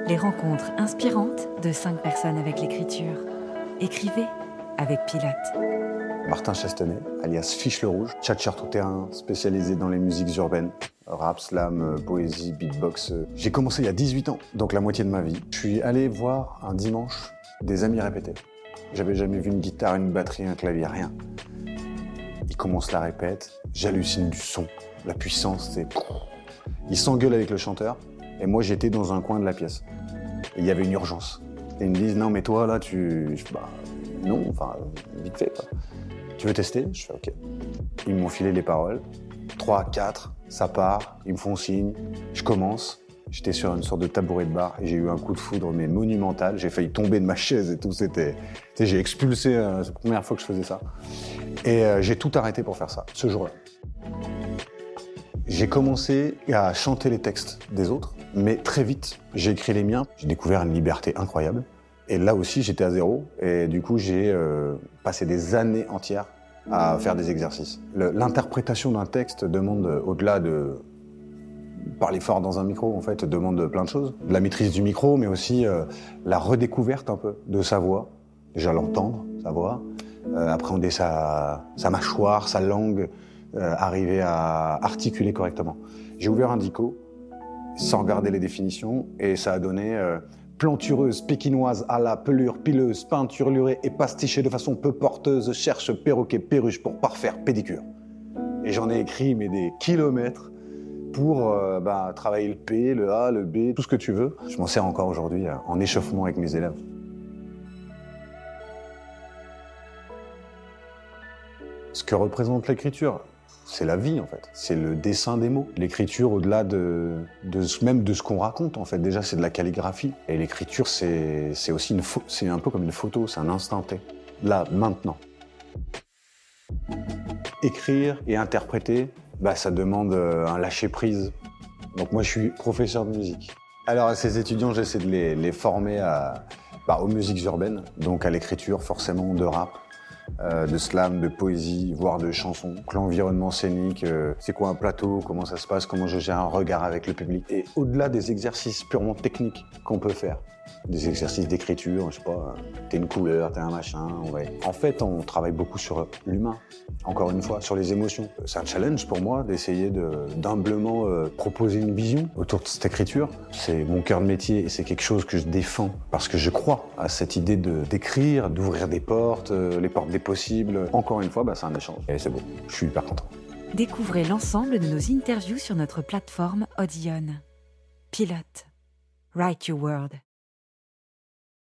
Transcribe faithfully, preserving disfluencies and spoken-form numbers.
Les rencontres inspirantes de cinq personnes avec l'écriture. Écrivez avec Pilote. Martin Chastenay, alias Fiche le Rouge, tchatcheur tout-terrain, spécialisé dans les musiques urbaines, rap, slam, poésie, beatbox. J'ai commencé il y a dix-huit ans, donc la moitié de ma vie. Je suis allé voir un dimanche des amis répéter. J'avais jamais vu une guitare, une batterie, un clavier, rien. Ils commencent la répète, j'hallucine du son, la puissance, c'est... Ils s'engueulent avec le chanteur, et moi j'étais dans un coin de la pièce. Et il y avait une urgence. Et ils me disent, non mais toi là, tu... Je fais, bah non, enfin, vite fait quoi. Tu veux tester? Je fais ok. Ils m'ont filé les paroles. trois, quatre, ça part, ils me font signe, je commence. J'étais sur une sorte de tabouret de bar et j'ai eu un coup de foudre mais monumental. J'ai failli tomber de ma chaise et tout, c'était... Tu sais, j'ai expulsé, euh, c'est la première fois que je faisais ça. Et euh, j'ai tout arrêté pour faire ça, ce jour-là. J'ai commencé à chanter les textes des autres, mais très vite, j'ai écrit les miens. J'ai découvert une liberté incroyable. Et là aussi, j'étais à zéro. Et du coup, j'ai euh, passé des années entières à faire des exercices. Le, l'interprétation d'un texte demande, au-delà de parler fort dans un micro, en fait, demande plein de choses. La maîtrise du micro, mais aussi euh, la redécouverte un peu de sa voix. Déjà l'entendre, sa voix. Euh, appréhender sa, sa mâchoire, sa langue. Euh, arriver à articuler correctement. J'ai ouvert un dico, sans regarder les définitions, et ça a donné euh, plantureuse, pékinoise, à la pelure, pileuse, peinturlurée et pastichée de façon peu porteuse, cherche perroquet, perruche pour parfaire pédicure. Et j'en ai écrit mais des kilomètres pour euh, bah, travailler le P, le A, le B, tout ce que tu veux. Je m'en sers encore aujourd'hui euh, en échauffement avec mes élèves. Ce que représente l'écriture, c'est la vie en fait, c'est le dessin des mots. L'écriture au-delà de, de même de ce qu'on raconte en fait, déjà c'est de la calligraphie. Et l'écriture c'est, c'est aussi une fo- c'est un peu comme une photo, c'est un instant T. Là, maintenant. Écrire et interpréter, bah, ça demande un lâcher-prise. Donc moi je suis professeur de musique. Alors à ces étudiants j'essaie de les, les former à, bah, aux musiques urbaines, donc à l'écriture forcément de rap. Euh, de slam, de poésie, voire de chansons. Donc, l'environnement scénique, euh, c'est quoi un plateau, comment ça se passe, comment je gère un regard avec le public. Et au-delà des exercices purement techniques qu'on peut faire, des exercices d'écriture, je sais pas, t'es une couleur, t'es un machin, ouais. En fait, on travaille beaucoup sur l'humain, encore une fois, sur les émotions. C'est un challenge pour moi d'essayer de, d'humblement euh, proposer une vision autour de cette écriture. C'est mon cœur de métier et c'est quelque chose que je défends parce que je crois à cette idée de, d'écrire, d'ouvrir des portes, euh, les portes des possibles. Encore une fois, bah, c'est un échange et c'est beau. Je suis hyper content. Découvrez l'ensemble de nos interviews sur notre plateforme Audion. Pilote. Write your word.